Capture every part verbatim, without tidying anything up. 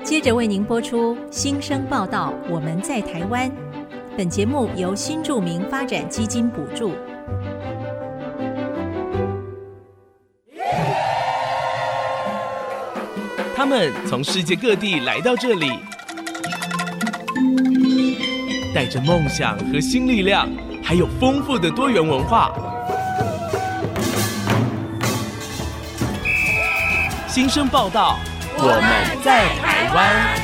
接着为您播出新生报道，我们在台湾。本节目由新住民发展基金补助。 他们从世界各地来到这里，带着梦想和新力量，还有丰富的多元文化。新生报道，我们在台湾。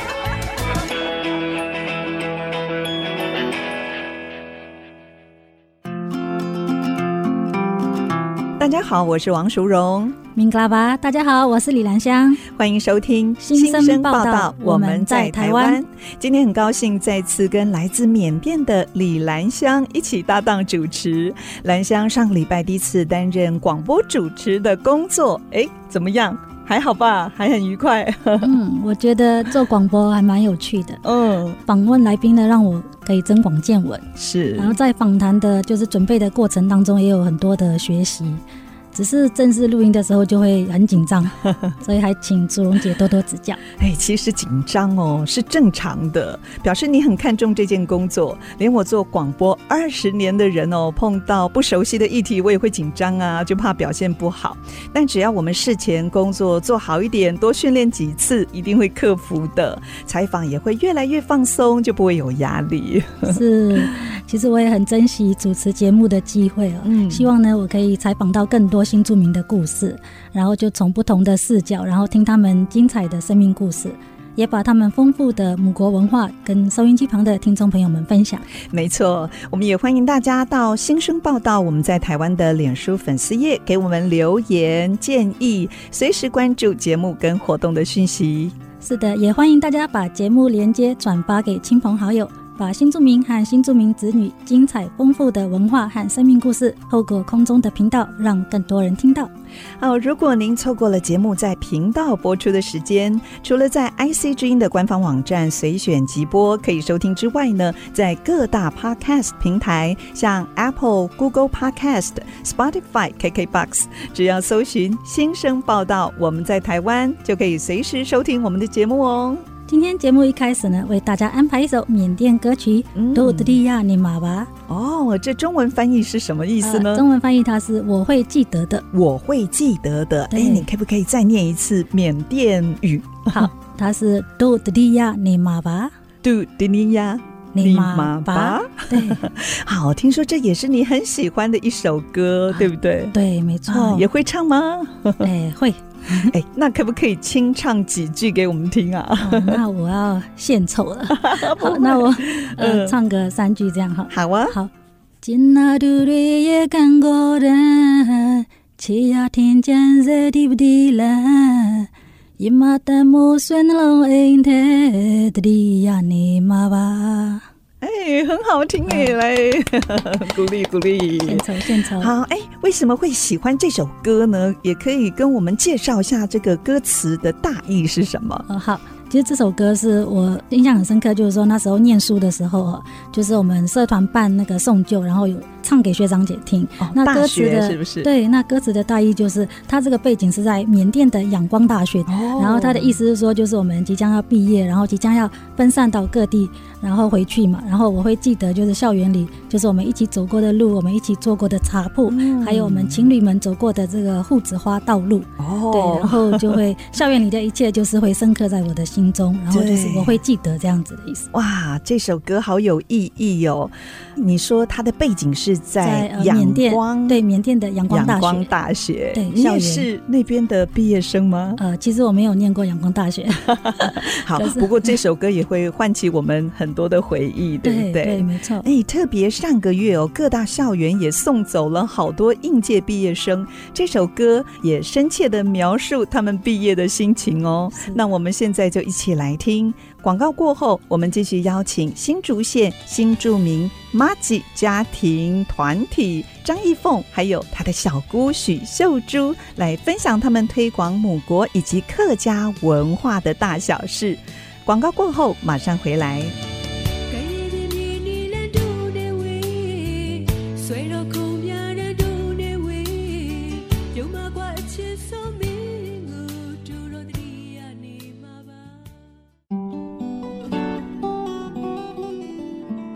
大家好，我是王淑荣。 明格拉巴，大家好，我是李兰香， 欢迎收听新生报道，我们在台湾。 今天很高兴再次跟来自缅甸的李兰香一起搭档主持。兰香上个礼拜第一次担任广播主持的工作，哎，怎么样？还好吧，还很愉快。 嗯，我觉得做广播还蛮有趣的。嗯，访问来宾呢，让我可以增广见闻。 是， 然后在访谈的就是准备的过程当中，也有很多的学习。只是正式录音的时候就会很紧张，所以还请淑荣姐多多指教。 哎，其实紧张哦是正常的，表示你很看重这件工作。连我做广播二十年的人哦，碰到不熟悉的议题，我也会紧张啊，就怕表现不好。但只要我们事前工作做好一点，多训练几次，一定会克服的。采访也会越来越放松，就不会有压力。 是，其实我也很珍惜主持节目的机会哦。嗯，希望呢，我可以采访到更多新住民的故事，然后就从不同的视角，然后听他们精彩的生命故事，也把他们丰富的母国文化跟收音机旁的听众朋友们分享。 没错，我们也欢迎大家到新生报道我们在台湾的脸书粉丝页给我们留言建议，随时关注节目跟活动的讯息。 是的，也欢迎大家把节目连接转发给亲朋好友，把新住民和新住民子女精彩丰富的文化和生命故事透过空中的频道让更多人听到。 好，如果您错过了节目在频道播出的时间，除了在 I C 之音的官方网站随选即播可以收听之外呢，在各大 Podcast 平台像 Apple、Google Podcast、Spotify、K K B O X 只要搜寻新生报道我们在台湾，就可以随时收听我们的节目哦。 今天节目一开始呢，为大家安排一首缅甸歌曲《多德利亚尼玛巴》。 哦，这中文翻译是什么意思呢？ 呃、中文翻译它是我会记得的， 我会记得的。哎，你可不可以再念一次缅甸语？ 好，它是多德利亚尼玛巴， 多德利亚尼玛巴。 对， 好，听说这也是你很喜欢的一首歌，对不对？ 对，没错。 啊、也会唱吗？ 哎，会。 哎，那可不可以清唱几句给我们听啊？ 哦、那我要献丑了。好，那我、呃、唱个三句这样哈。 好啊。 好。今那杜瑞也干过人，七呀天间热地不地啦，一马的木孙龙ain't的地呀你妈吧。 哎，很好听哎，来鼓励鼓励， 献丑献丑。 好，哎，为什么会喜欢这首歌呢？也可以跟我们介绍一下这个歌词的大意是什么？ 哦，好。其实这首歌是我印象很深刻，就是说那时候念书的时候，就是我们社团办那个送旧，然后有唱给学长姐听。 哦、 那歌词的大学是不是？ 对，那歌词的大意就是它这个背景是在缅甸的仰光大学，哦、然后它的意思是说，就是我们即将要毕业，然后即将要分散到各地，然后回去嘛。然后我会记得，就是校园里，就是我们一起走过的路，我们一起做过的茶铺，嗯、还有我们情侣们走过的这个护子花道路。哦，对，然后就会校园里的一切就是会深刻在我的心中，然后就是我会记得这样子的意思。 哇，这首歌好有意义哦！你说它的背景是在仰光、 呃、对，缅甸的仰光大学。 仰光大学， 对， 你也是那边的毕业生吗？ 呃，其实我没有念过仰光大学。 好，不过这首歌也会唤起我们很多的回忆，对不对？ 对，没错。 哎，特别上个月哦，各大校园也送走了好多应届毕业生，这首歌也深切的描述他们毕业的心情哦。那我们现在就一起来听。广告过后，我们继续邀请新竹县新住民麻吉家庭团体张义凤，还有她的小姑许秀珠来分享他们推广母国以及客家文化的大小事。广告过后马上回来。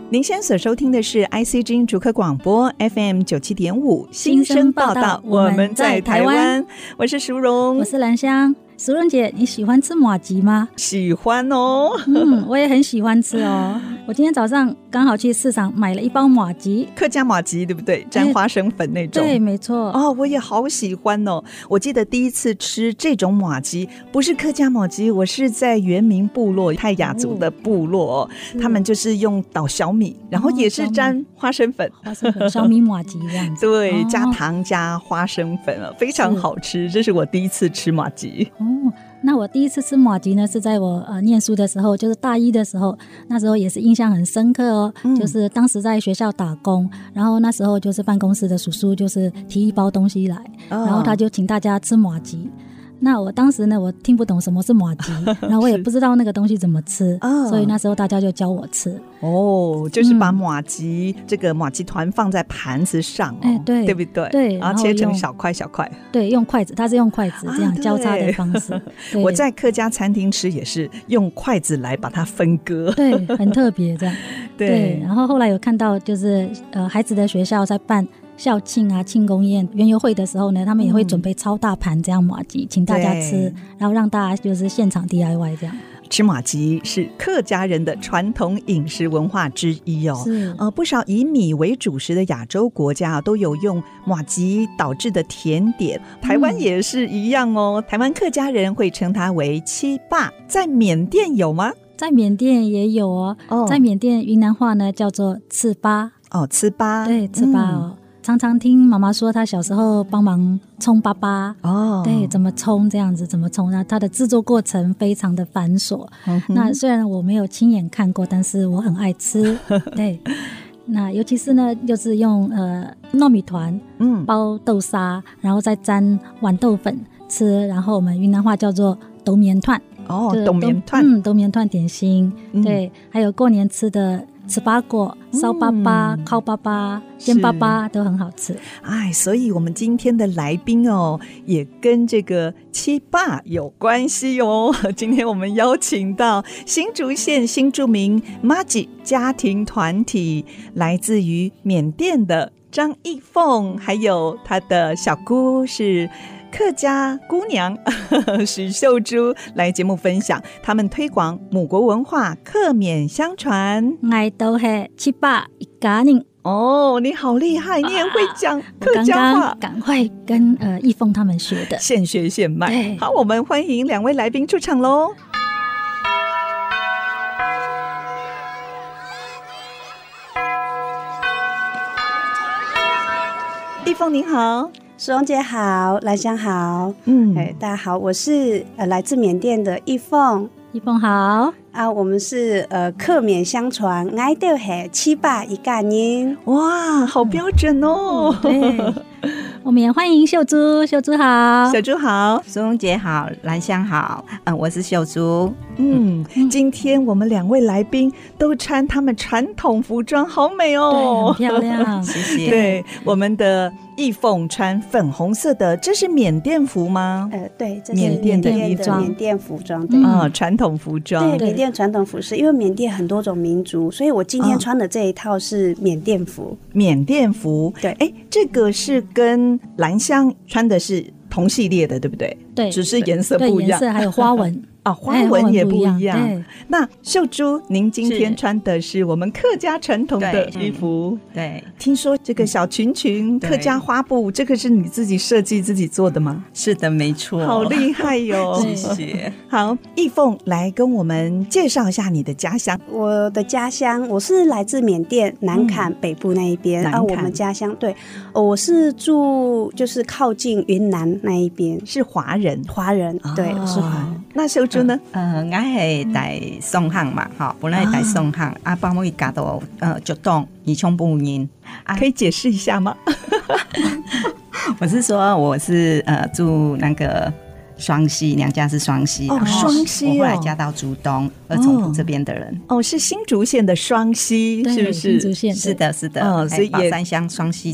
您现在所收听的是 I C 之音竹科广播 F M 九七点五新生报道，我们在台湾，我是淑荣， 我是兰香。淑荣姐，你喜欢吃麻糬吗？ 喜欢哦， 嗯，我也很喜欢吃哦。我今天早上刚好去市场买了一包麻糬， 客家麻糬对不对？沾花生粉那种。 对，没错。 哦，我也好喜欢哦。我记得第一次吃这种麻糬不是客家麻糬，我是在原民部落泰雅族的部落、哦哦、他们就是用捣小米，然后也是沾花生粉， 花生粉小米麻糬这样子。 对，加糖加花生粉啊，非常好吃。这是我第一次吃麻糬。 哦，那我第一次吃麻糬呢，是在我呃念书的时候，就是大一的时候，那时候也是印象很深刻哦、嗯。就是当时在学校打工，然后那时候就是办公室的叔叔就是提一包东西来，哦、然后他就请大家吃麻糬。那我当时呢，我听不懂什么是麻糬，然后我也不知道那个东西怎么吃，哦、所以那时候大家就教我吃。 哦，就是把麻糬、嗯、这个麻糬团放在盘子上、哦欸、对，对不对？ 对， 然后切成小块小块。 对，用筷子，它是用筷子这样交叉的方式。啊、 我在客家餐厅吃也是用筷子来把它分割， 对，很特别这样。 对, 对，然后后来有看到就是呃孩子的学校在办校庆啊、庆功宴、园游会的时候呢，他们也会准备超大盘这样麻糬，请大家吃，然后让大家就是现场 D I Y 这样。 吃麻糬是客家人的传统饮食文化之一哦。是呃，不少以米为主食的亚洲国家都有用麻糬导致的甜点，台湾也是一样哦。嗯、台湾客家人会称它为七霸，在缅甸有吗？ 在缅甸也有哦。哦在缅甸云南话呢叫做糍粑。 哦，糍粑。 对，糍粑哦。嗯常常听妈妈说她小时候帮忙冲粑粑哦，对，怎么冲这样子怎么冲，那它的制作过程非常的繁琐、嗯、那虽然我没有亲眼看过，但是我很爱吃对，那尤其是呢就是用呃糯米团嗯包豆沙，然后再沾豌豆粉吃，然后我们云南话叫做豆棉团哦，豆棉团嗯豆棉团点心、嗯、对，还有过年吃的糍粑果、烧粑粑、嗯、烤粑粑、煎粑粑都很好吃。 哎，所以我们今天的来宾哦，也跟这个七霸有关系哦。今天我们邀请到新竹县新住民麻糬家庭团体，来自于缅甸的张义凤，还有她的小姑是客家姑娘许秀珠，来节目分享他们推广母国文化，客缅相传。 我都是七霸一家人哦，你好厉害，你也会讲客家话， 刚刚赶快跟呃义凤他们学的， 现学现卖。好，我们欢迎两位来宾出场喽。义凤您好。 淑荣姐好，兰香好，嗯，哎，大家好，我是呃来自缅甸的义凤， 义凤好啊，我们是呃客缅相传，爱都是七霸一家人， 哇，好标准哦， 嗯、对。我们也欢迎秀珠，秀珠好， 小珠好， 淑荣姐好，兰香好，嗯，我是秀珠。 嗯，嗯今天我们两位来宾都穿他们传统服装，好美哦， 对，很漂亮， 谢谢。 对，我们的义凤穿粉红色的，这是缅甸服吗？ 呃，对，这是缅甸的衣装， 缅甸服装，对， 啊、嗯，传统服装， 对，缅甸传统服饰，因为缅甸很多种民族，所以我今天穿的这一套是缅甸服。 缅甸服，对，哎，这个是跟兰香穿的是同系列的，对不对？ 对， 只是颜色不一样， 颜色还有花纹。 啊，花纹也不一样。哎、那秀珠，您今天穿的是我们客家传统的衣服。 对， 对听说这个小裙裙、客家花布，这个是你自己设计、自己做的吗？ 是的，没错。 好厉害哟！ 谢谢。 好，义凤来跟我们介绍一下你的家乡。 我的家乡，我是来自缅甸南坎北部那一边、嗯、啊。我们家乡对，我是住就是靠近云南那一边， 是华人， 华人、哦、对，是华人。 那秀珠呢？ 呃，我是在宋巷嘛，哈，本来在宋巷啊，帮我家到呃就动宜昌部人， 可以解释一下吗？ 我是说我是呃住那个双溪，娘家是双溪， 哦，双溪、哦， 我后来嫁到竹东二重埔这边的人。 哦，是新竹县的双溪，是不是？ 新竹县是的，是的，哦，所以也宝山乡双溪村。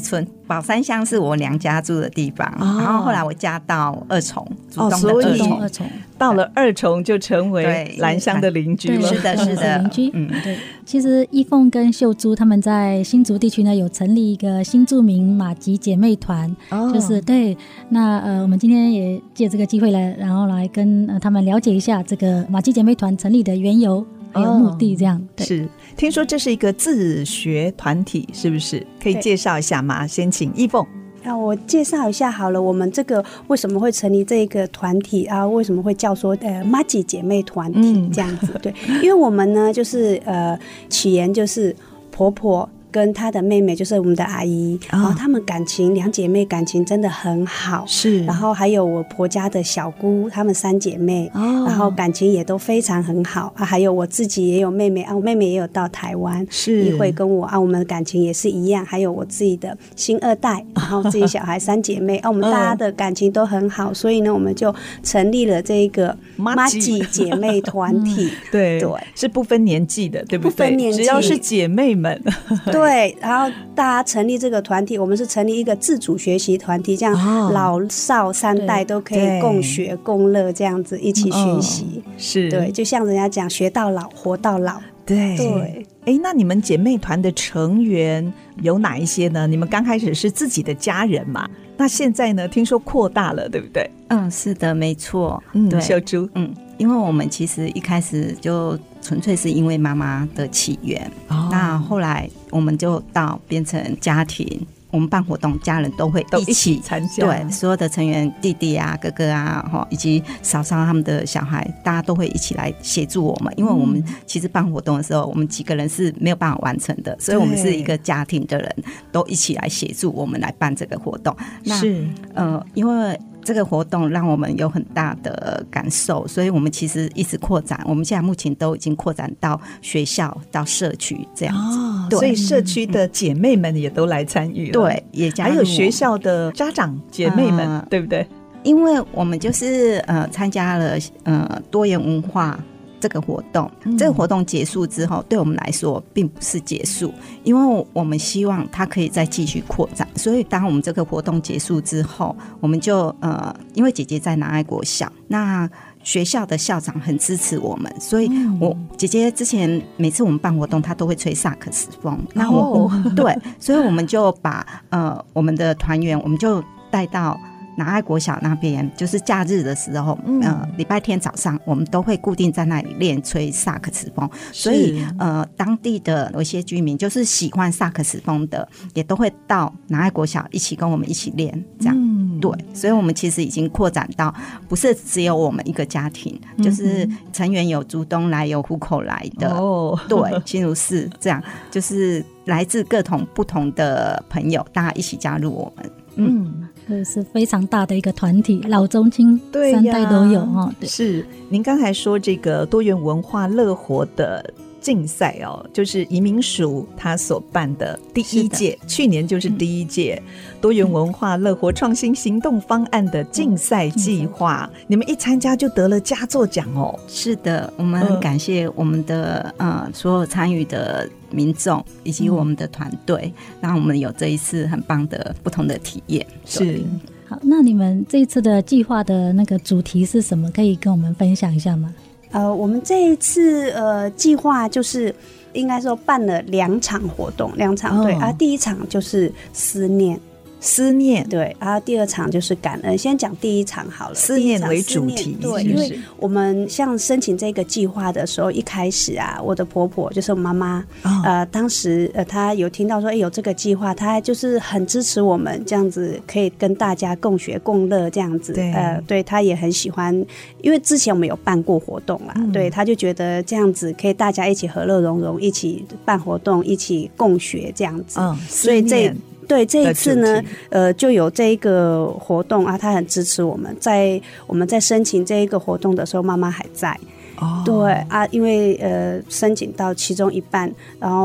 宝山乡是我娘家住的地方，哦、然后后来我嫁到二重， 哦， 所以二重到了二重就成为兰乡的邻居了。 是的，是的， 邻居。嗯，对。其实一凤跟秀珠他们在新竹地区呢有成立一个新住民马吉姐妹团，哦、就是对。那呃，我们今天也借这个机会来，然后来跟、呃、他们了解一下这个马吉姐妹团成立的缘由。还有目的这样、哦、对是听说这是一个自学团体，是不是？可以介绍一下吗？先请一凤。 那我介绍一下好了，我们这个为什么会成立这个团体啊？为什么会叫说呃马吉姐妹团体这样子？嗯、对，因为我们呢就是呃起源就是婆婆跟她的妹妹，就是我们的阿姨，哦、然后她们感情两姐妹感情真的很好， 是。 然后还有我婆家的小姑，她们三姐妹，哦、然后感情也都非常很好啊。还有我自己也有妹妹啊，我妹妹也有到台湾， 是一会跟我啊，我们的感情也是一样。还有我自己的新二代，然后自己小孩三姐妹啊，我们大家的感情都很好，所以呢，我们就成立了这个马吉姐妹团体。 对对，是不分年纪的，对不对？ 不分年纪， 只要是姐妹们。 对。对，然后大家成立这个团体，我们是成立一个自主学习团体，这样老少三代都可以共学共乐，这样子一起学习。哦、 是， 对，就像人家讲，学到老，活到老。 对对。 哎，那你们姐妹团的成员有哪一些呢？你们刚开始是自己的家人嘛？那现在呢？听说扩大了，对不对？ 嗯，是的，没错。 嗯， 对， 秀珠， 嗯，因为我们其实一开始就纯粹是因为妈妈的起源，哦、那后来我们就到变成家庭。我们办活动，家人都会一起参加， 对，所有的成员，弟弟啊、哥哥啊，以及嫂嫂他们的小孩，大家都会一起来协助我们。因为我们其实办活动的时候，我们几个人是没有办法完成的，所以我们是一个家庭的人都一起来协助我们来办这个活动。那是呃，因为这个活动让我们有很大的感受，所以我们其实一直扩展。我们现在目前都已经扩展到学校、到社区这样子。 哦、所以社区的姐妹们也都来参与了， 对，也加入。 还有学校的家长姐妹们，呃、对不对？ 因为我们就是呃参加了呃多元文化这个活动，嗯、这个活动结束之后，对我们来说并不是结束，因为我们希望它可以再继续扩展。所以当我们这个活动结束之后，我们就呃，因为姐姐在南爱国小，那学校的校长很支持我们，所以我姐姐之前每次我们办活动，她都会吹萨克斯风。那我、哦、对，所以我们就把呃我们的团员，我们就带到南爱国小那边，就是假日的时候，嗯、呃，礼拜天早上我们都会固定在那里练吹萨克斯风，所以呃，当地的有一些居民就是喜欢萨克斯风的，也都会到南爱国小一起跟我们一起练，这样、嗯、对，所以我们其实已经扩展到不是只有我们一个家庭，嗯、就是成员有竹东来，有湖口来的，哦，对，新竹市这样，就是来自各种不同的朋友，大家一起加入我们，嗯。 这是非常大的一个团体，老中青三代都有哦。 是，您刚才说这个多元文化乐活的竞赛哦，就是移民署他所办的第一届，去年就是第一届、嗯、多元文化乐活创新行动方案的竞赛计划、嗯、你们一参加就得了佳作奖哦。 是的，我们很感谢我们的、嗯、呃所有参与的民众以及我们的团队、嗯、让我们有这一次很棒的不同的体验。 是， 好，那你们这一次的计划的那个主题是什么？可以跟我们分享一下吗？ 呃，我们这一次呃计划就是应该说办了两场活动，两场、哦、对啊，第一场就是思念。 思念， 对，然后第二场就是感恩。先讲第一场好了， 思念为主题， 对，因为我们像申请这个计划的时候，一开始啊，我的婆婆就是我妈妈、哦，呃，当时呃，她有听到说，哎，有这个计划，她就是很支持我们这样子，可以跟大家共学共乐这样子， 对， 呃，对，她也很喜欢，因为之前我们有办过活动啦，嗯、对，她就觉得这样子可以大家一起和乐融融，一起办活动，一起共学这样子，嗯，所以这。对，这一次呢，呃，就有这一个活动啊，他很支持我们。在我们在申请这一个活动的时候，妈妈还在。哦，对啊，因为呃，申请到其中一半，然后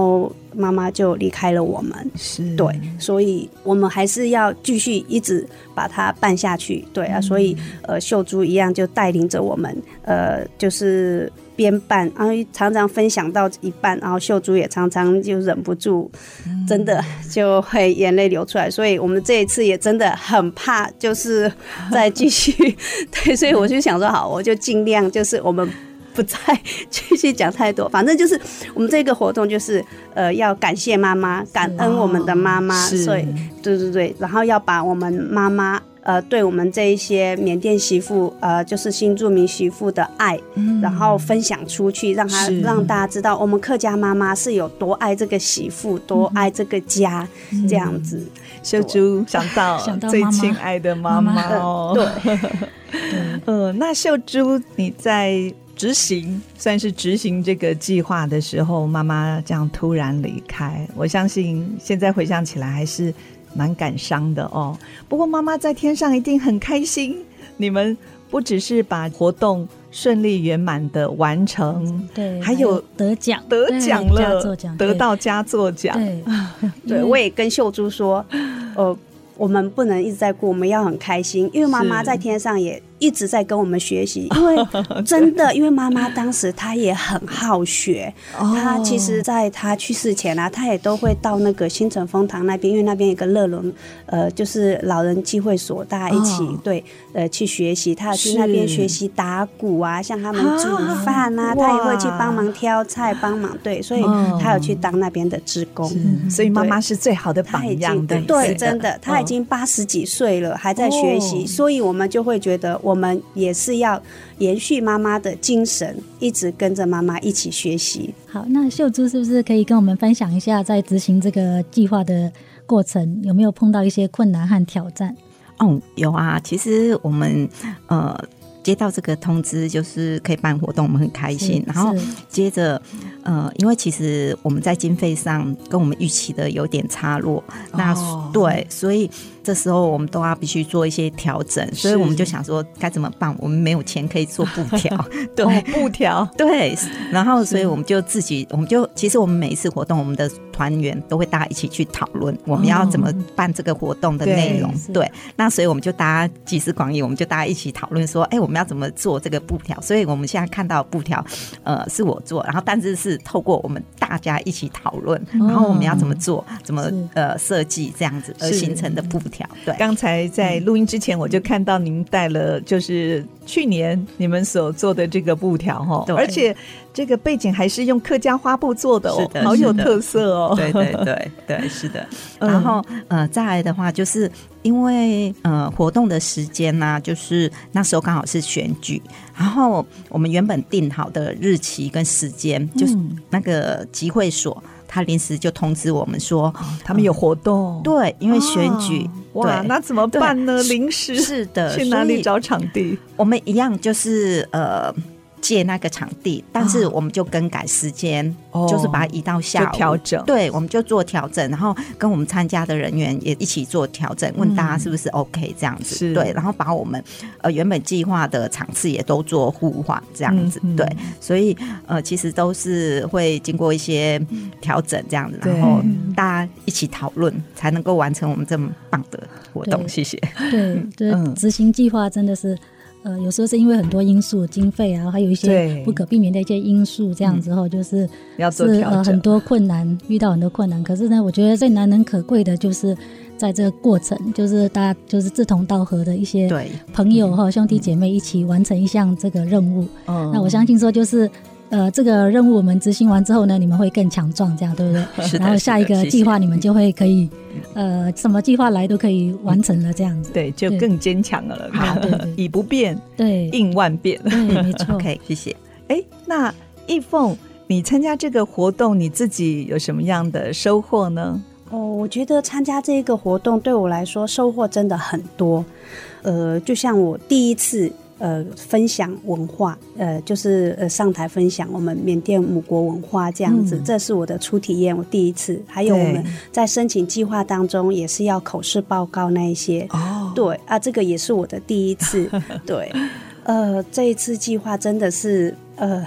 妈妈就离开了我们， 是， 对，所以我们还是要继续一直把它办下去，对啊，嗯、所以呃，秀珠一样就带领着我们，呃，就是边办，然后常常分享到一半，然后秀珠也常常就忍不住，嗯、真的就会眼泪流出来，所以我们这一次也真的很怕，就是再继续，对，所以我就想说，好，我就尽量就是我们。不再继续讲太多，反正就是我们这个活动就是呃要感谢妈妈，感恩我们的妈妈，所以对对对，然后要把我们妈妈呃对我们这一些缅甸媳妇呃就是新住民媳妇的爱，嗯、然后分享出去，让他让大家知道我们客家妈妈是有多爱这个媳妇，多爱这个家，嗯、这样子。 秀珠想到最亲爱的妈妈哦， 对， 呃，那秀珠你在执行算是执行这个计划的时候，妈妈这样突然离开，我相信现在回想起来还是蛮感伤的哦。不过妈妈在天上一定很开心，你们不只是把活动顺利圆满的完成， 对， 还有得奖， 得奖了，得到佳作奖。 对，对，我也跟秀珠说，呃，我们不能一直在过，我们要很开心，因为妈妈在天上也一直在跟我们学习，因为真的，因为妈妈当时她也很好学，她其实在她去世前啊，她也都会到那个新城风堂那边，因为那边有个乐伦，呃，就是老人机会所，大家一起、哦、对，呃，去学习，她去那边学习打鼓啊，像他们煮饭啊，她也会去帮忙挑菜，帮忙对，所以她有去当那边的志工， 所以妈妈是最好的榜样的， 对，真的，她已经八十几岁了，还在学习，哦、所以我们就会觉得。我们也是要延续妈妈的精神，一直跟着妈妈一起学习。 好，那秀珠是不是可以跟我们分享一下，在执行这个计划的过程，有没有碰到一些困难和挑战？ 哦，有啊，其实我们呃接到这个通知，就是可以办活动，我们很开心。然后接着呃，因为其实我们在经费上跟我们预期的有点差落，那、哦、对，所以这时候我们都要必须做一些调整，所以我们就想说该怎么办？我们没有钱可以做布条，对， 哦、布条， 对，然后所以我们就自己，我们就其实我们每一次活动，我们的团员都会大家一起去讨论，我们要怎么办这个活动的内容，对，对，那所以我们就大家集思广益，我们就大家一起讨论说，哎，我们要怎么做这个布条？所以我们现在看到布条，呃，是我做，然后但是是透过我们大家一起讨论，然后我们要怎么做，怎么呃设计这样子而形成的布条。对， 刚才在录音之前我就看到您带了就是去年你们所做的这个布条哈，而且这个背景还是用客家花布做的哦， 是的， 好有特色哦。 对对对对，是的。然后呃，再来的话，就是因为呃活动的时间呢、啊，就是那时候刚好是选举，然后我们原本定好的日期跟时间，就是那个集会所。他临时就通知我们说、哦、 他们有活动、嗯、 对，因为选举、 哦、哇，那怎么办呢？临时是的， 去哪里找场地？ 我们一样就是呃借那个场地，但是我们就更改时间、哦、就是把它移到下午， 就调整， 对，我们就做调整，然后跟我们参加的人员也一起做调整，问大家是不是 OK 这样子、嗯、对，然后把我们呃原本计划的场次也都做互换这样子、嗯、对，所以呃其实都是会经过一些调整这样子，然后大家一起讨论才能够完成我们这么棒的活动。谢谢。 对，就是执行计划真的是呃，有时候是因为很多因素，经费啊，还有一些不可避免的一些因素，这样之后就是、嗯、 要做调整， 是呃很多困难，遇到很多困难。可是呢，我觉得最难能可贵的就是在这个过程，就是大家就是志同道合的一些朋友哈、兄弟姐妹一起完成一项这个任务。嗯，那我相信说就是。呃，这个任务我们执行完之后呢，你们会更强壮，这样对不对？ 是的。 然后下一个计划你们就会可以，呃，什么计划来都可以完成了，这样子。 对，就更坚强了。 好，对对， 以不变对应万变。 对，没错。 OK， 谢谢。 哎，那易凤，你参加这个活动，你自己有什么样的收获呢？ 哦，我觉得参加这个活动对我来说收获真的很多。呃，就像我第一次。呃，分享文化，呃，就是呃上台分享我们缅甸母国文化这样子、嗯，这是我的初体验，我第一次。还有我们在申请计划当中也是要口试报告那一些，哦，对啊，这个也是我的第一次。对，呃，这一次计划真的是呃。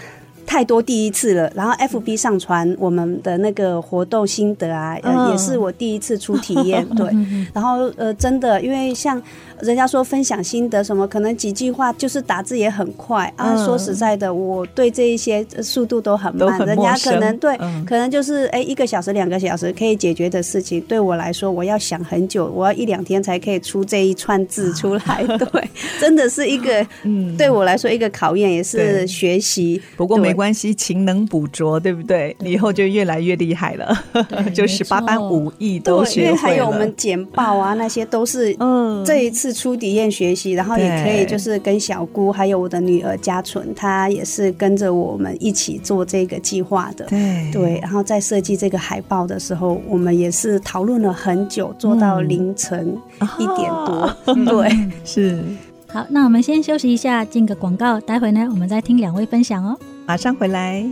太多第一次了。然后 F B 上传我们的那个活动心得啊，呃嗯、也是我第一次出体验，对。然后呃，真的，因为像人家说分享心得什么，可能几句话就是打字也很快、嗯、啊。说实在的，我对这一些速度都很慢，人家可能对、嗯，可能就是哎一个小时、两个小时可以解决的事情，对我来说，我要想很久，我要一两天才可以出这一串字出来。对，真的是一个，嗯，对我来说一个考验，也是学习。 不过没关系，勤能补拙，对不对？你以后就越来越厉害了，就十八般武艺都学会了。 因为还有我们简报啊，那些都是这一次出体验学习，然后也可以就是跟小姑还有我的女儿嘉纯，她也是跟着我们一起做这个计划的。对对，然后在设计这个海报的时候，我们也是讨论了很久，做到凌晨一点多。嗯、对， 是。 好，那我们先休息一下，进个广告，待会呢我们再听两位分享哦。 马上回来。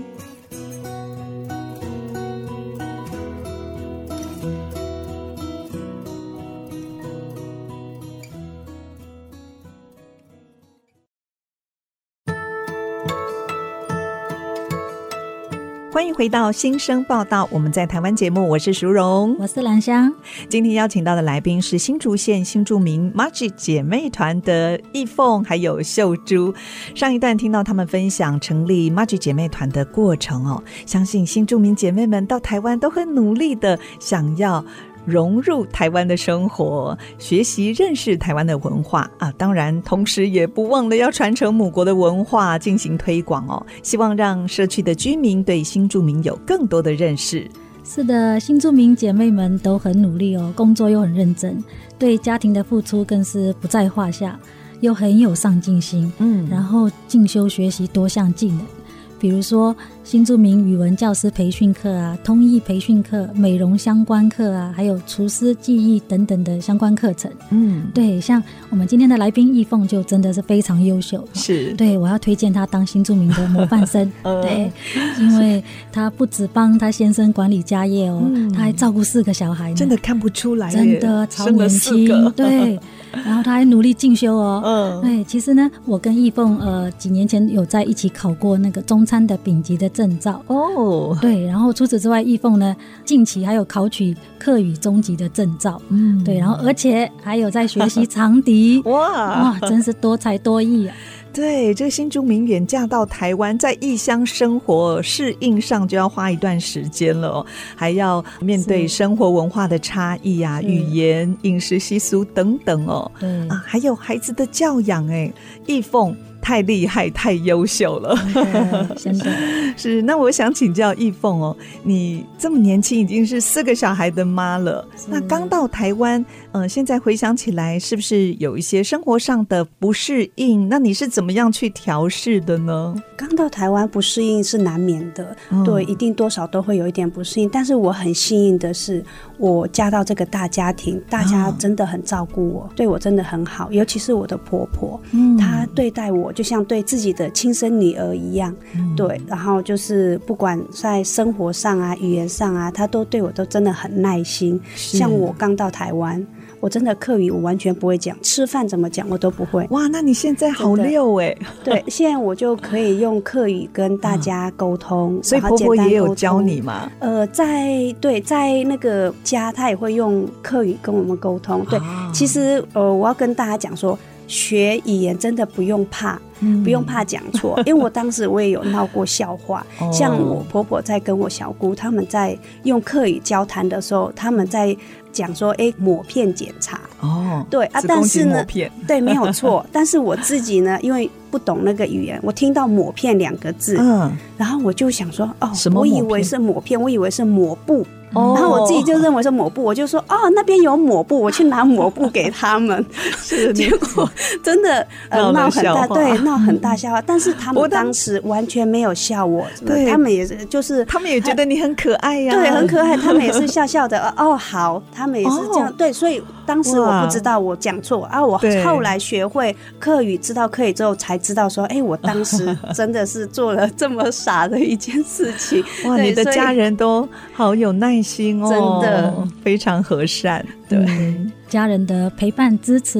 欢迎回到新生报道，我们在台湾节目，我是淑荣， 我是兰香。 今天邀请到的来宾是新竹县新住民 Magic 姐妹团的易凤还有秀珠。上一段听到他们分享成立 Magic 姐妹团的过程哦，相信新住民姐妹们到台湾都很努力的想要融入台湾的生活，学习认识台湾的文化啊，当然同时也不忘了要传承母国的文化进行推广哦，希望让社区的居民对新住民有更多的认识。 是的，新住民姐妹们都很努力哦，工作又很认真，对家庭的付出更是不在话下，又很有上进心，嗯，然后进修学习多项技能，比如说新住民语文教师培训课啊，通译培训课，美容相关课啊，还有厨师技艺等等的相关课程。嗯，对，像我们今天的来宾易凤就真的是非常优秀， 是， 对，我要推荐她当新住民的模范生。呃、对，因为她不只帮她先生管理家业哦，嗯、她还照顾四个小孩呢， 真的看不出来耶， 真的超年轻，对。然后他还努力进修哦，嗯，对，其实呢，我跟易凤呃几年前有在一起考过那个中餐的丙级的证照哦，对，然后除此之外，易凤呢近期还有考取客语中级的证照，嗯，对，然后而且还有在学习长笛，哇哇，真是多才多艺啊。 对，这个新住民远嫁到台湾，在异乡生活适应上就要花一段时间了哦，还要面对生活文化的差异啊，语言、饮食习俗等等哦，对啊，还有孩子的教养，哎，易凤太厉害太优秀了， 真的是。那我想请教易凤哦，你这么年轻已经是四个小孩的妈了，那刚到台湾呃，现在回想起来是不是有一些生活上的不适应，那你是怎么样去调适的呢？ 刚到台湾不适应是难免的、嗯、对，一定多少都会有一点不适应，但是我很幸运的是我嫁到这个大家庭，大家真的很照顾我、哦、对我真的很好，尤其是我的婆婆、嗯、她对待我就像对自己的亲生女儿一样、嗯、对，然后就是不管在生活上啊语言上啊，她都对我都真的很耐心。像我刚到台湾，我真的客语我完全不会讲，吃饭怎么讲我都不会。 哇，那你现在好溜哎！ 对，现在我就可以用客语跟大家沟通、嗯、 所以婆婆也有教你吗？ 呃，在对在那个家她也会用客语跟我们沟通。对、啊、其实呃我要跟大家讲说，学语言真的不用怕、嗯、不用怕讲错，因为我当时我也有闹过笑话、哦、像我婆婆在跟我小姑他们在用客语交谈的时候，他们在讲说哎，抹片检查哦，对啊，但是呢对没有错但是我自己呢因为不懂那个语言，我听到抹片两个字，嗯，然后我就想说哦，我以为是抹片，我以为是抹布哦，然后我自己就认为是抹布，我就说哦，那边有抹布，我去拿抹布给他们是结果真的呃闹很大，对，闹很大笑话、嗯、但是他们当时完全没有笑我，对，他们也是就是他们也觉得你很可爱呀、啊， 对，很可爱，他们也是笑笑的哦，好，他们也是这样、哦、对，所以当时我不知道我讲错啊，我后来学会客语，知道客语之后才知道说哎，我当时真的是做了这么傻的一件事情哇，你的家人都好有耐心哦， 真的非常和善，对、 嗯、家人的陪伴支持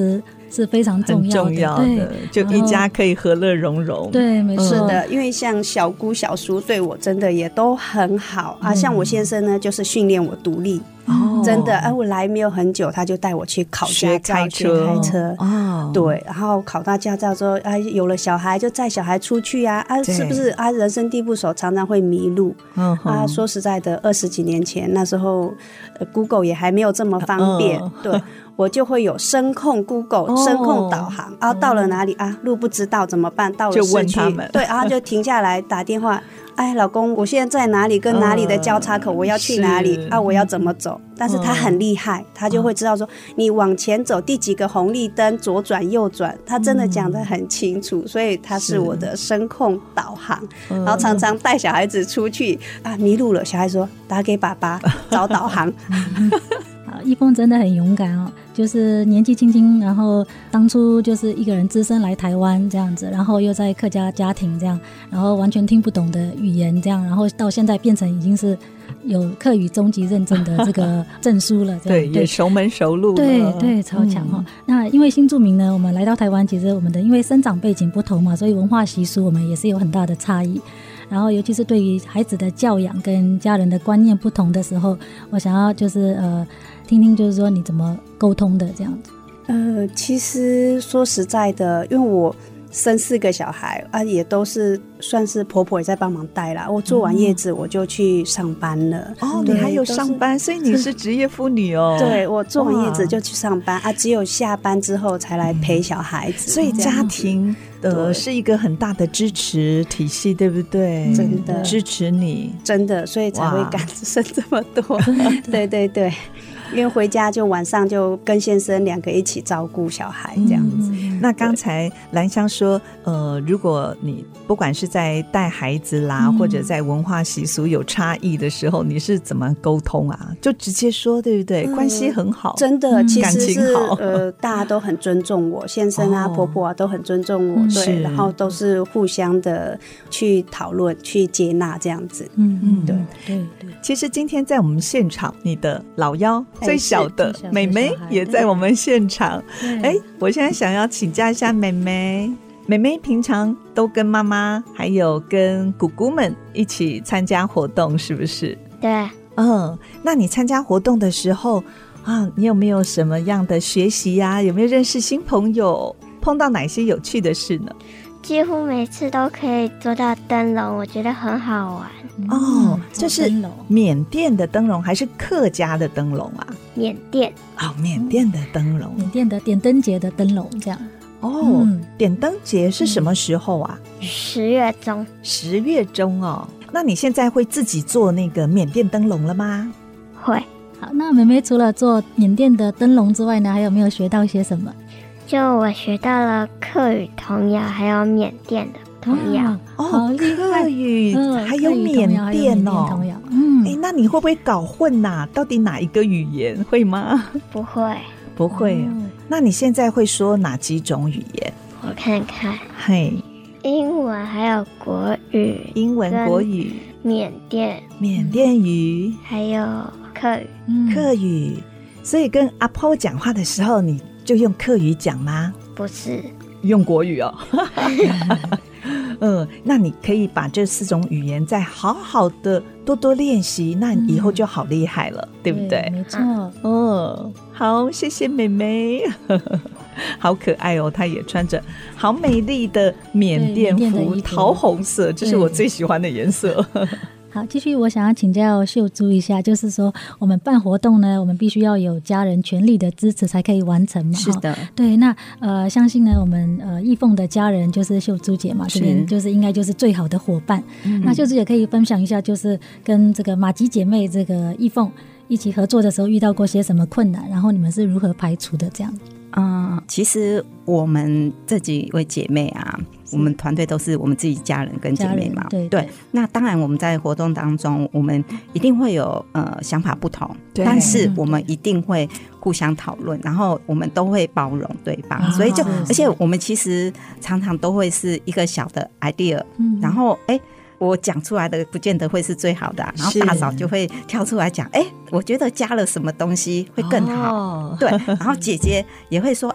是非常重要的， 很重要的，就一家可以和乐融融。 对，没错， 是的，因为像小姑小叔对我真的也都很好啊。像我先生呢，就是训练我独立。哦，真的，哎、啊，我来没有很久，他就带我去考驾照，学开车。哦，对，然后考到驾照之后，啊，有了小孩就载小孩出去啊，啊，是不是啊？人生地不熟，常常会迷路。嗯啊，说实在的，二十几年前那时候、呃、，Google 也还没有这么方便，嗯、对。我就会有声控 Google、哦、声控导航，然后到了哪里啊，路不知道怎么办？到了市区，就问他们，对，然后就停下来打电话。哎，老公，我现在在哪里？跟哪里的交叉口？我要去哪里？啊，我要怎么走？但是他很厉害，他就会知道说，你往前走第几个红绿灯，左转右转，他真的讲得很清楚，所以他是我的声控导航。然后常常带小孩子出去啊，迷路了，小孩说打给爸爸找导航。 一峰真的很勇敢哦，就是年纪轻轻，然后当初就是一个人只身来台湾这样子，然后又在客家家庭这样，然后完全听不懂的语言这样，然后到现在变成已经是有客语中级认证的这个证书了这样， 对，也熟门熟路了， 对对，超强哈、哦嗯。那因为新住民呢，我们来到台湾，其实我们的因为生长背景不同嘛，所以文化习俗我们也是有很大的差异。然后尤其是对于孩子的教养跟家人的观念不同的时候，我想要就是呃听听就是说你怎么沟通的这样子。 呃，其实说实在的，因为我生四个小孩啊，也都是算是婆婆也在帮忙带啦。我做完叶子我就去上班了。 哦，你还有上班，所以你是职业妇女哦。 对，我做完叶子就去上班啊，只有下班之后才来陪小孩子。 嗯、所以家庭呃是一个很大的支持体系，对不对？ 真的支持你， 真的，所以才会敢生这么多。对对对。因为回家就晚上就跟先生两个一起照顾小孩这样子。 嗯、那刚才兰香说，呃，如果你不管是在带孩子啦，嗯、或者在文化习俗有差异的时候，你是怎么沟通啊？就直接说，对不对？嗯、关系很好， 真的，其实是呃，大家都很尊重我，先生啊、哦、婆婆啊都很尊重我，对，然后都是互相的去讨论、去接纳这样子。 嗯嗯， 对对对。 其实今天在我们现场，你的老幺。最小的妹妹也在我们现场。哎，我现在想要请教一下妹妹，妹妹平常都跟妈妈还有跟姑姑们一起参加活动，是不是？ 对。 嗯，那你参加活动的时候啊，你有没有什么样的学习啊？有没有认识新朋友？碰到哪些有趣的事呢？ 几乎每次都可以做到灯笼，我觉得很好玩。 哦，这是缅甸的灯笼还是客家的灯笼啊？ 缅甸。 哦，缅甸的灯笼， 缅甸的点灯节的灯笼这样。 哦、嗯，点灯节是什么时候啊？ 十月中。 十月中哦，那你现在会自己做那个缅甸灯笼了吗？ 会。 好，那妹妹除了做缅甸的灯笼之外呢，还有没有学到些什么？ 就我学到了客语童谣，还有缅甸的童谣。 哦，好厉害！客语、嗯、还有缅甸哦，童谣。嗯，哎，那你会不会搞混呐、啊？到底哪一个语言会吗？ 不会， 不会、哦。那你现在会说哪几种语言？ 我看看。 嘿， 英文还有国语。 英文、国语、 缅甸、 缅甸语， 还有客语。 嗯、客语。所以跟阿婆讲话的时候，你就用客语讲吗？ 不是， 用国语哦。嗯，那你可以把这四种语言再好好的多多练习，那你以后就好厉害了、嗯、对不对？ 没错。 哦，好，谢谢妹妹。好可爱哦，她也穿着好美丽的缅甸服，桃红色，这是我最喜欢的颜色。 好，继续我想要请教秀珠一下，就是说我们办活动呢，我们必须要有家人全力的支持才可以完成嘛。 是的。 对，那呃相信呢我们呃义凤的家人就是秀珠姐嘛，这边就是应该就是最好的伙伴、嗯、那秀珠姐可以分享一下，就是跟这个马吉姐妹这个义凤一起合作的时候遇到过些什么困难，然后你们是如何排除的这样。 嗯，其实我们这几位姐妹啊，我们团队都是我们自己家人跟姐妹嘛， 对 对, 对。那当然我们在活动当中，我们一定会有呃想法不同，但是我们一定会互相讨论，然后我们都会包容对方，哦、所以就而且我们其实常常都会是一个小的 idea，、嗯、然后哎。我讲出来的不见得会是最好的、啊、然后大嫂就会跳出来讲，哎、欸，我觉得加了什么东西会更好、哦、对，然后姐姐也会说，哎、欸，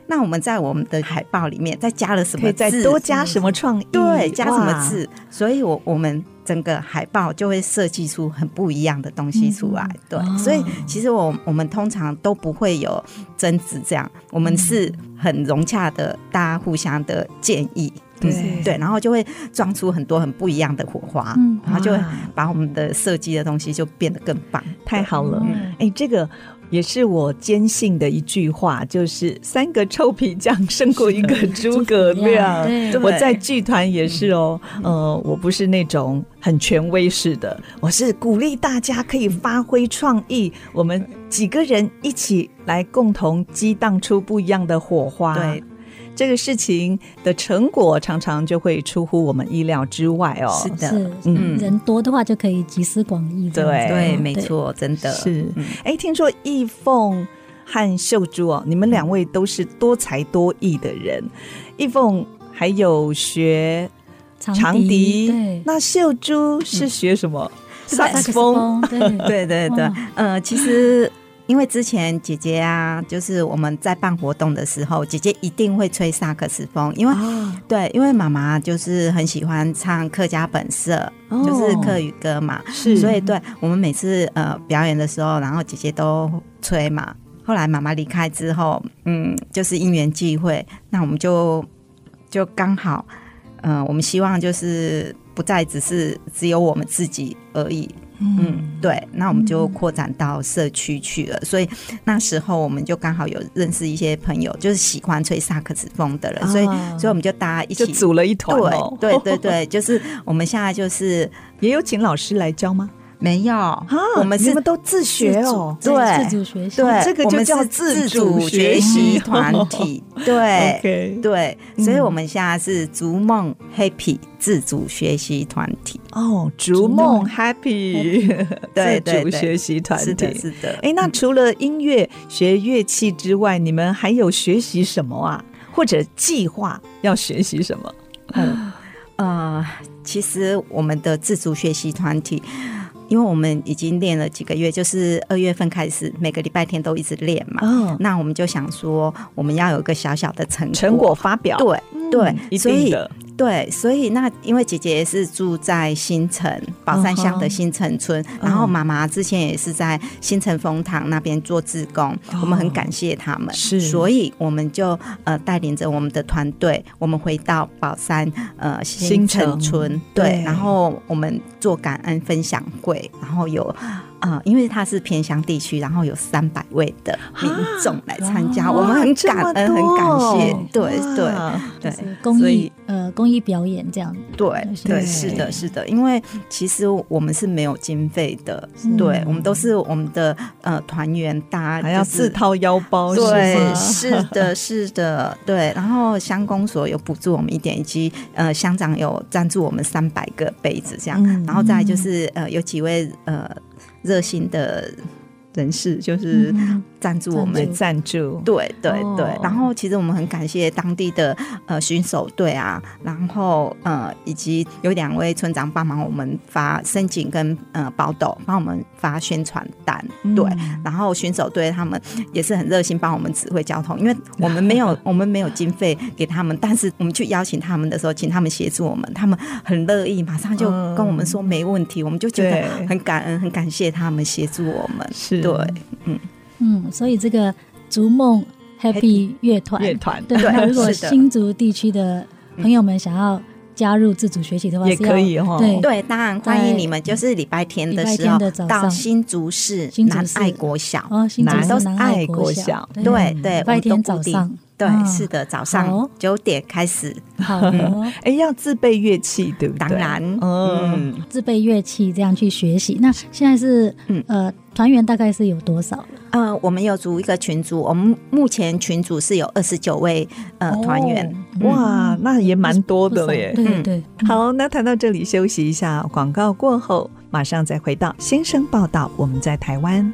那我们在我们的海报里面再加了什么字， 可以再多加什么创意， 对，加什么字，所以我我们整个海报就会设计出很不一样的东西出来。嗯、对、哦，所以其实我我们通常都不会有争执，这样我们是很融洽的，大家互相的建议。对、嗯、对，然后就会撞出很多很不一样的火花，嗯、然后就会把我们的设计的东西就变得更棒。 太好了，哎、嗯，这个也是我坚信的一句话，就是三个臭皮匠胜过一个诸葛亮。我在剧团也是哦，呃，我不是那种很权威式的，我是鼓励大家可以发挥创意，我们几个人一起来共同激荡出不一样的火花。对。这个事情的成果常常就会出乎我们意料之外哦。 是的，是嗯，人多的话就可以集思广益。 对对，没错，真的是。哎、嗯，听说义凤和秀珠哦，你们两位都是多才多艺的人。义凤还有学长笛， 对， 那秀珠是学什么？萨克斯风。 对对对对，呃，其实。因为之前姐姐啊，就是我们在办活动的时候，姐姐一定会吹萨克斯风，因为、哦、对，因为妈妈就是很喜欢唱客家本色，哦、就是客语歌嘛，是，所以对我们每次呃表演的时候，然后姐姐都吹嘛。后来妈妈离开之后，嗯，就是因缘际会，那我们就就刚好，呃，我们希望就是不再只是只有我们自己而已。嗯，对，那我们就扩展到社区去了、嗯、所以那时候我们就刚好有认识一些朋友，就是喜欢吹萨克斯风的人、啊、所以所以我们就大家一起就组了一团哦。 对对对对，就是我们现在就是也有请老师来教吗？ 没有、啊、我们是你们都自学哦。 对， 自主学习， 对， 这个就叫自主学习团体。对、 okay、 对，所以我们现在是逐梦 Happy 自主学习团体。 哦，逐梦 Happy 对自主学习团体， 是的，是的。 哎，那除了音乐、学乐器之外，你们还有学习什么啊？或者计划要学习什么？ 嗯呃，其实我们的自主学习团体。因为我们已经练了几个月，就是二月份开始每个礼拜天都一直练嘛、哦、那我们就想说我们要有一个小小的成果成果发表。 对、嗯、对， 一定的。 对，所以那因为姐姐也是住在新城宝山乡的新城村、uh-huh. 然后妈妈之前也是在新城风堂那边做志工、uh-huh. 我们很感谢他们，是，所以我们就呃带领着我们的团队，我们回到宝山呃新城村，对，对，然后我们做感恩分享会，然后有呃，因为它是偏乡地区，然后有三百位的民众来参加，我们很感恩，很感谢，对对对， 公益呃公益表演这样， 对对，是的，是的，因为其实我们是没有经费的，对，我们都是我们的呃团员，大家还要自掏腰包， 对，是的，是的，对，然后乡公所有补助我们一点，以及呃乡长有赞助我们三百个杯子这样，然后再来就是呃有几位呃。热心的人士就是赞助我们， 赞助， 对对对、哦。然后其实我们很感谢当地的呃巡守队啊，然后呃以及有两位村长帮忙我们发申请跟呃宝斗帮我们发宣传单，对、嗯。然后巡守队他们也是很热心帮我们指挥交通，因为我们没有我们没有经费给他们，但是我们去邀请他们的时候，请他们协助我们，他们很乐意，马上就跟我们说没问题，嗯、我们就觉得很感恩，很感谢他们协助我们， 是， 对，嗯。 嗯，所以这个逐梦 Happy 乐团，乐团， 对，如果新竹地区的朋友们想要加入自主学习的话， 也可以哦。对对，当然欢迎你们，就是礼拜天的时候到新竹市南爱国小， 哦，新竹市南爱国小， 对对， 礼拜天早上。 对，是的，早上九点开始。 好的， 哎、嗯，要自备乐器，对不对？ 当然， 嗯， 自备乐器这样去学习。那现在是，嗯呃，团员大概是有多少？ 呃，我们有组一个群组，我们目前群组是有二十九位呃团员、 哦，哇，嗯、那也蛮多的耶。 对对对、 嗯。好，那谈到这里休息一下，广告过后马上再回到先生报道。我们在台湾。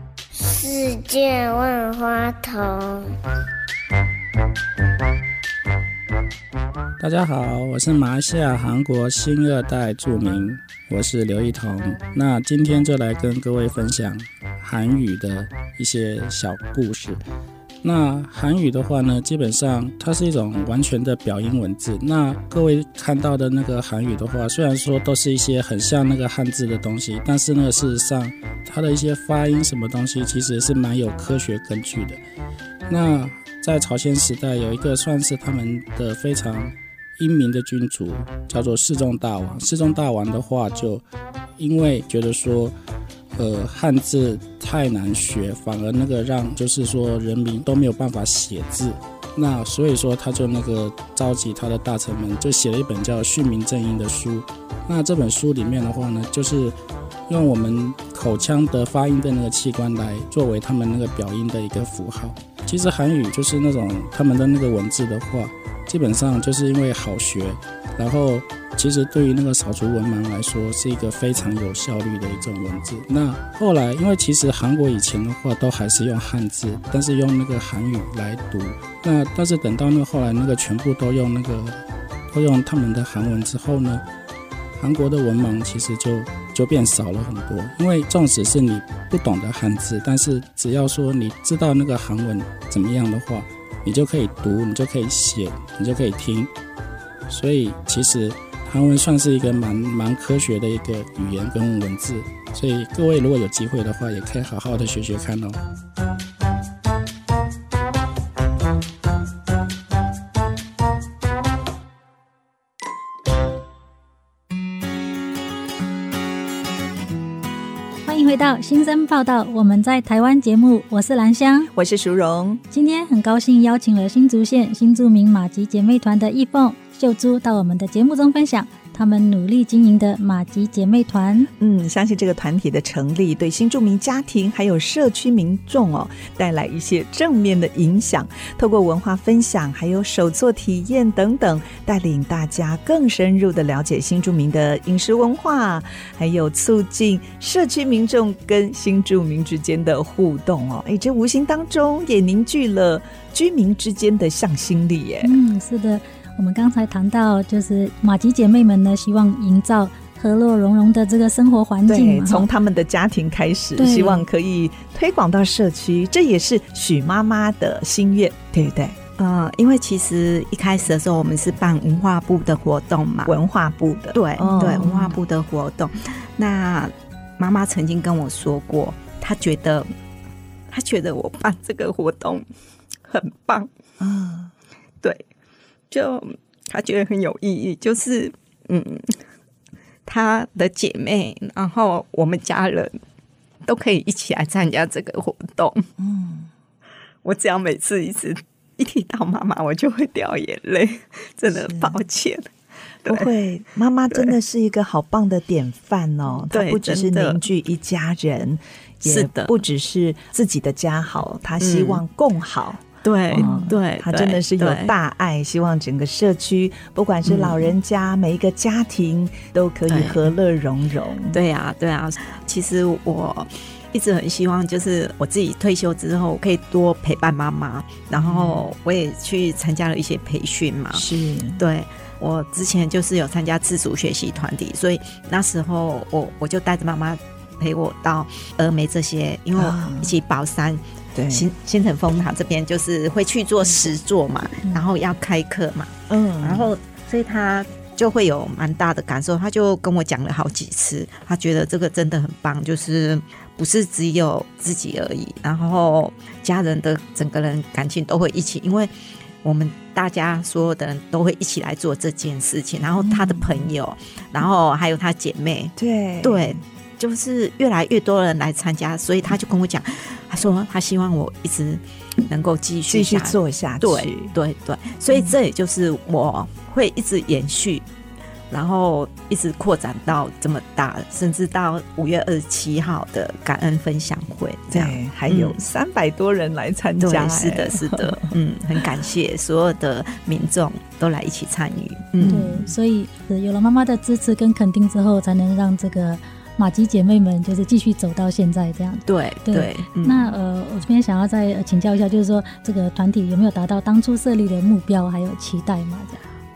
世界万花筒。 大家好，我是马来西亚韩国新二代著名，我是刘一彤。那今天就来跟各位分享韩语的一些小故事。那韩语的话呢，基本上它是一种完全的表音文字。那各位看到的那个韩语的话，虽然说都是一些很像那个汉字的东西，但是呢，事实上它的一些发音什么东西其实是蛮有科学根据的。那在朝鲜时代有一个算是他们的非常英明的君主，叫做世宗大王。世宗大王的话，就因为觉得说呃，汉字太难学，反而那个让就是说人民都没有办法写字，那所以说他就那个召集他的大臣们，就写了一本叫《训民正音》的书。那这本书里面的话呢，就是用我们口腔的发音的那个器官来作为他们那个表音的一个符号。其实韩语就是那种他们的那个文字的话，基本上就是因为好学，然后其实对于那个扫除文盲来说是一个非常有效率的一种文字。那后来因为其实韩国以前的话都还是用汉字，但是用那个韩语来读，那但是等到那个后来那个全部都用那个都用他们的韩文之后呢，韩国的文盲其实就就变少了很多。因为纵使是你不懂得汉字，但是只要说你知道那个韩文怎么样的话，你就可以读，你就可以写，你就可以听。所以其实韩文算是一个蛮蛮科学的一个语言跟文字，所以各位如果有机会的话，也可以好好的学学看哦。 欢迎回到新生报道，我们在台湾节目，我是兰香， 我是淑荣。今天很高兴邀请了新竹县新住民马吉姐妹团的义凤、秀珠到我们的节目中分享他们努力经营的马吉姐妹团。 嗯，相信这个团体的成立对新住民家庭还有社区民众哦带来一些正面的影响，透过文化分享还有手作体验等等，带领大家更深入的了解新住民的饮食文化，还有促进社区民众跟新住民之间的互动哦。哎，这无形当中也凝聚了居民之间的向心力耶。 嗯，是的。我们刚才谈到就是马吉姐妹们呢，希望营造和乐融融的这个生活环境嘛， 对，从他们的家庭开始，希望可以推广到社区，这也是许妈妈的心愿，对不对？ 呃，因为其实一开始的时候我们是办文化部的活动嘛， 文化部的， 对、哦、对，文化部的活动。那妈妈曾经跟我说过，她觉得她觉得我办这个活动很棒啊、嗯，对。就他觉得很有意义，就是嗯，他的姐妹，然后我们家人都可以一起来参加这个活动。嗯，我只要每次一直一提到妈妈，我就会掉眼泪，真的抱歉。 不会，妈妈真的是一个好棒的典范哦。她不只是凝聚一家人，也不只是自己的家好，她希望共好。嗯对、哦、对， 他真的是有大爱，希望整个社区不管是老人家、嗯、每一个家庭都可以和乐融融。 对呀、啊、对啊，其实我一直很希望就是我自己退休之后可以多陪伴妈妈，然后我也去参加了一些培训嘛。 是， 对，我之前就是有参加自主学习团体，所以那时候我我就带着妈妈陪我到峨眉这些，因为我一起宝山、啊新新城风塔这边就是会去做实作嘛、嗯、然后要开课嘛，嗯，然后所以他就会有蛮大的感受，他就跟我讲了好几次，他觉得这个真的很棒，就是不是只有自己而已，然后家人的整个人感情都会一起，因为我们大家所有的人都会一起来做这件事情，然后他的朋友、嗯、然后还有他姐妹， 对对，就是越来越多人来参加，所以他就跟我讲，他说他希望我一直能够继续继续做下去， 对对对，所以这也就是我会一直延续、嗯、然后一直扩展到这么大，甚至到五月二十七号的感恩分享会这样， 对，还有三百多人来参加、 嗯、是的是的嗯，很感谢所有的民众都来一起参与，嗯， 对，所以有了妈妈的支持跟肯定之后，才能让这个马吉姐妹们就是继续走到现在这样。 对 对, 对、 嗯、那呃，我这边想要再请教一下，就是说这个团体有没有达到当初设立的目标还有期待吗？这样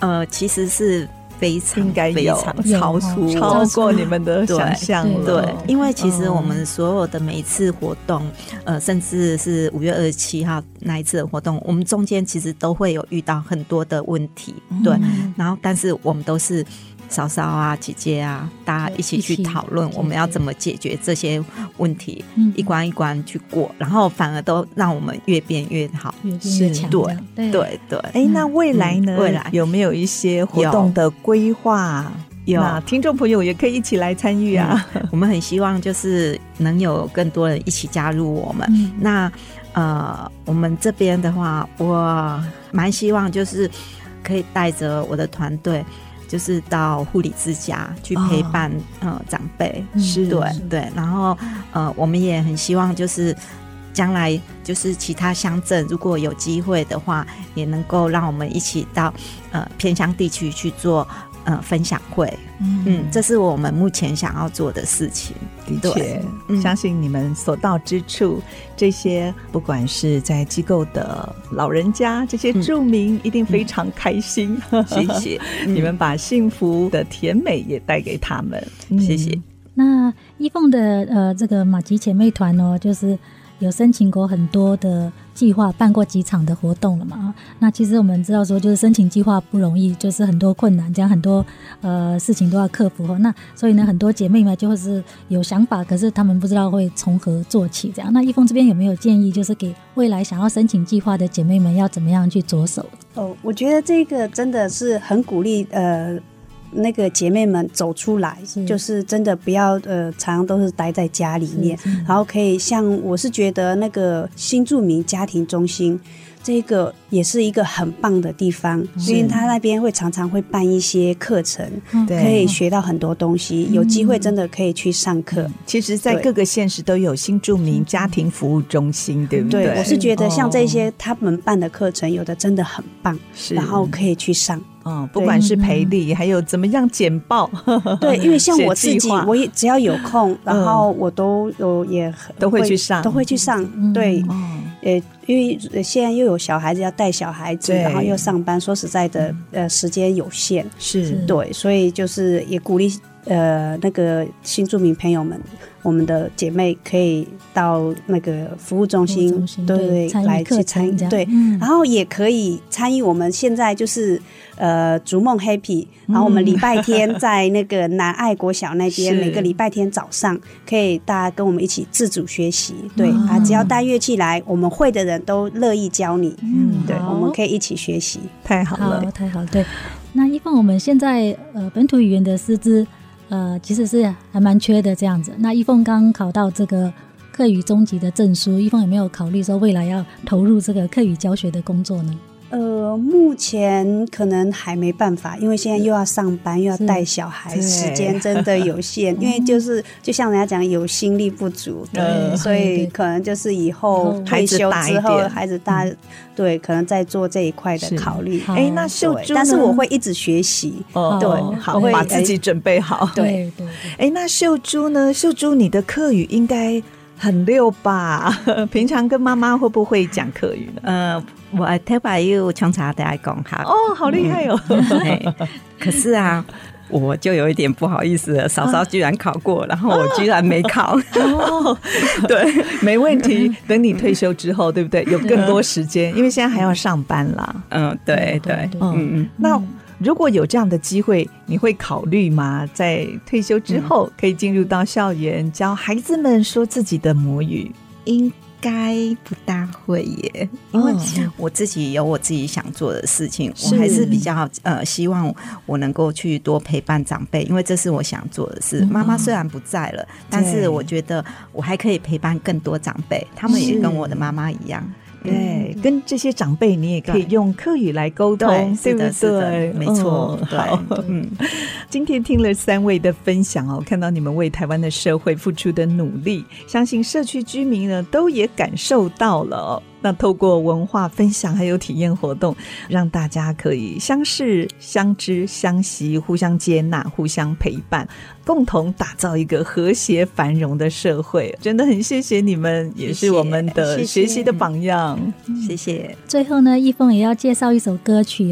呃，其实是非常应该有非常超出超过你们的想象了。 对，对，因为其实我们所有的每一次活动，呃，甚至是五月二十七号那一次的活动，我们中间其实都会有遇到很多的问题，对，嗯、然后但是我们都是嫂嫂啊、姐姐啊，大家一起去讨论我们要怎么解决这些问题，一关一关去过，然后反而都让我们越变越好， 越变越强。 对对对。 哎，那未来呢？ 未来有没有一些活动的规划？有，那听众朋友也可以一起来参与啊。 嗯、我们很希望就是能有更多人一起加入我们。嗯、那呃，我们这边的话，我蛮希望就是可以带着我的团队。就是到护理之家去陪伴、哦、呃长辈， 是对对，然后呃我们也很希望就是将来就是其他乡镇如果有机会的话，也能够让我们一起到呃偏乡地区去做呃分享会，嗯, 嗯，这是我们目前想要做的事情。 的确、嗯，相信你们所到之处，这些不管是在机构的老人家，这些住民、嗯、一定非常开心。 嗯、谢谢、 嗯，你们把幸福的甜美也带给他们， 嗯、谢谢。 那一凤的呃这个马吉姐妹团哦，就是有申请过很多的计划，办过几场的活动了嘛。那其实我们知道说，就是申请计划不容易，就是很多困难，这样很多呃事情都要克服。那所以呢，很多姐妹们就是有想法，可是她们不知道会从何做起。这样，那一凤这边有没有建议，就是给未来想要申请计划的姐妹们要怎么样去着手？ 哦，我觉得这个真的是很鼓励呃。那个姐妹们走出来，是就是真的不要呃，常常都是待在家里面，然后可以像我是觉得那个新住民家庭中心，这个也是一个很棒的地方，因为他那边会常常会办一些课程，可以学到很多东西，有机会真的可以去上课。 嗯、其实在各个县市都有新住民家庭服务中心，对不对？ 对，我是觉得像这些他们办的课程，有的真的很棒，然后可以去上。 嗯，不管是培力，还有怎么样简报， 对，因为像我自己，我也只要有空，然后我都有也都会去上， 都会去上，嗯、对，呃、嗯，因为现在又有小孩子要带小孩子，然后又上班，说实在的，呃，时间有限， 是对，所以就是也鼓励呃那个新住民朋友们。我们的姐妹可以到那个服务中心，中心对对，来去参与，对、嗯，然后也可以参与我们现在就是呃逐梦 Happy， 然后我们礼拜天在那个南爱国小那边，每个礼拜天早上可以大家跟我们一起自主学习，对、嗯、啊，只要带乐器来，我们会的人都乐意教你，嗯，对，我们可以一起学习， 太好了， 好太好了，对。那一凤我们现在呃本土语言的师资。呃，其实是还蛮缺的这样子。那一凤刚考到这个客语中级的证书，一凤有没有考虑说未来要投入这个客语教学的工作呢？ 呃，目前可能还没办法，因为现在又要上班又要带小孩，时间真的有限。因为就是就像人家讲，有心力不足，对，嗯、所以可能就是以后退休之后，孩子大，嗯、对，可能在做这一块的考虑。 哎，那秀珠， 但是我会一直学习， 哦、对，好，把自己准备好。 对对。 哎，那秀珠呢？秀珠，你的客语应该很溜吧？平常跟妈妈会不会讲客语呢？ 呃。我台北有常常在讲哈哦，好厉害哦！ 嗯、可是啊，我就有一点不好意思了，嫂嫂居然考过，然后我居然没考。 哦，对，没问题。等你退休之后，对不对？有更多时间，因为现在还要上班啦。 嗯，对对，嗯嗯。 那如果有这样的机会，你会考虑吗？在退休之后，可以进入到校园教孩子们说自己的母语？ 应该不大会耶，因为我自己有我自己想做的事情，哦、我还是比较呃希望我能够去多陪伴长辈，因为这是我想做的事。妈妈虽然不在了，但是我觉得我还可以陪伴更多长辈，他们也跟我的妈妈一样。 对，跟这些长辈你也可以用客语来沟通，对不对？ 没错， 嗯、好，嗯，今天听了三位的分享哦，看到你们为台湾的社会付出的努力，相信社区居民呢都也感受到了哦。那透过文化分享还有体验活动，让大家可以相识、相知、相惜，互相接纳、互相陪伴，共同打造一个和谐繁荣的社会。真的很谢谢你们，也是我们的学习的榜样。 谢谢。 最后呢，一凤也要介绍一首歌曲哦。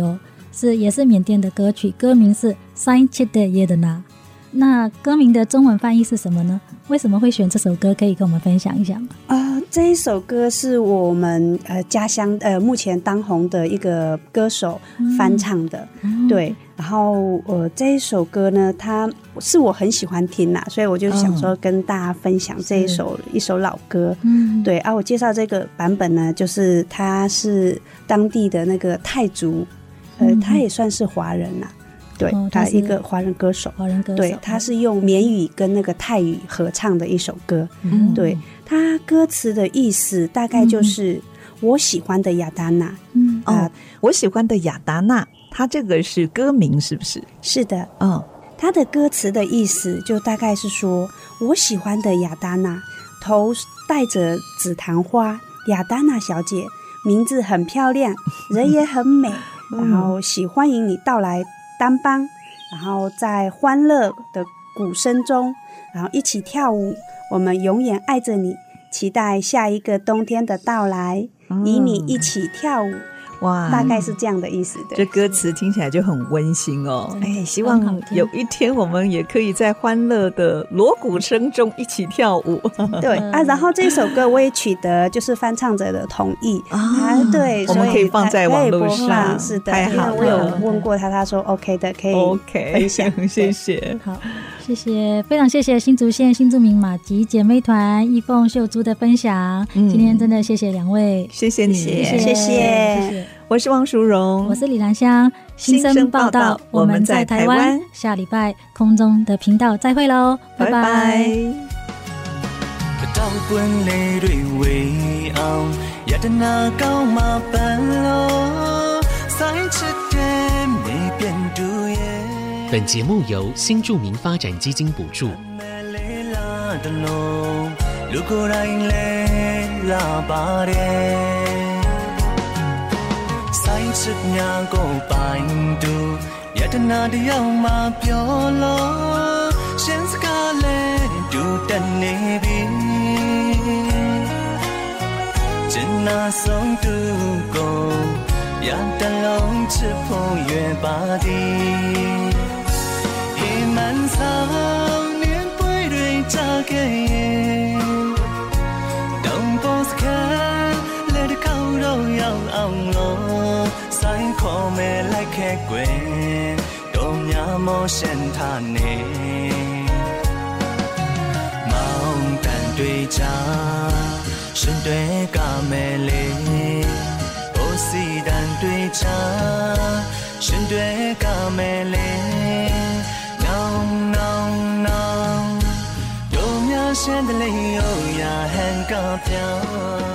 是也是缅甸的歌曲，歌名是 Sain Chide Yedna。那歌名的中文翻译是什么呢？为什么会选这首歌？可以跟我们分享一下吗？ 呃，这一首歌是我们呃家乡呃目前当红的一个歌手翻唱的，嗯、对。然后呃这一首歌呢，它是我很喜欢听啦，所以我就想说跟大家分享这一首、嗯、一首老歌。嗯，对啊，我介绍这个版本呢，就是它是当地的那个泰族，呃，嗯、他也算是华人啦。对、哦、他一个华人歌手， 华人歌手， 对，他是用缅语跟那个泰语合唱的一首歌。嗯，对，他歌词的意思大概就是我喜欢的亚达娜。 嗯，啊、呃哦，我喜欢的亚达娜，他这个是歌名是不是？ 是的，嗯，他的歌词的意思就大概是说，我喜欢的亚达娜，头戴着紫檀花，亚达娜小姐名字很漂亮，人也很美，然后喜欢迎你到来。单帮，然后在欢乐的鼓声中，然后一起跳舞。我们永远爱着你，期待下一个冬天的到来，嗯、与你一起跳舞。哇，大概是这样的意思的。 这歌词听起来就很温馨哦。哎，希望有一天我们也可以在欢乐的锣鼓声中一起跳舞。 对啊，然后这首歌我也取得就是翻唱者的同意啊，对， 我们可以放在网络上。 是的，太好了，因为我有问过他，他说 OK 的，可以 OK 分享。谢谢。 好，谢谢，非常谢谢新竹县新住民马吉姐妹团一凤秀珠的分享。嗯、今天真的谢谢两位， 谢谢你， 谢谢，谢谢。 我是王淑荣， 我是李兰香。新生报道，我们在台湾。下礼拜空中的频道再会喽，拜拜。 本节目由新住民发展基金补助。Sai chit nya go bain du yadna diao ma pyo lo shin ska le du tan ne bi jinna song tu go ya tan long chi pho yue ba di he man sao nian pui dui cha ke dong boss ka le de kau do yao ang lo sai kho me lai khe kwe do nya mo shen tha ne maung tan dui cha shin dui ka me le o si dan dui cha shin dui ka me le nong nong nong do nya shen de le yo ya han ka pya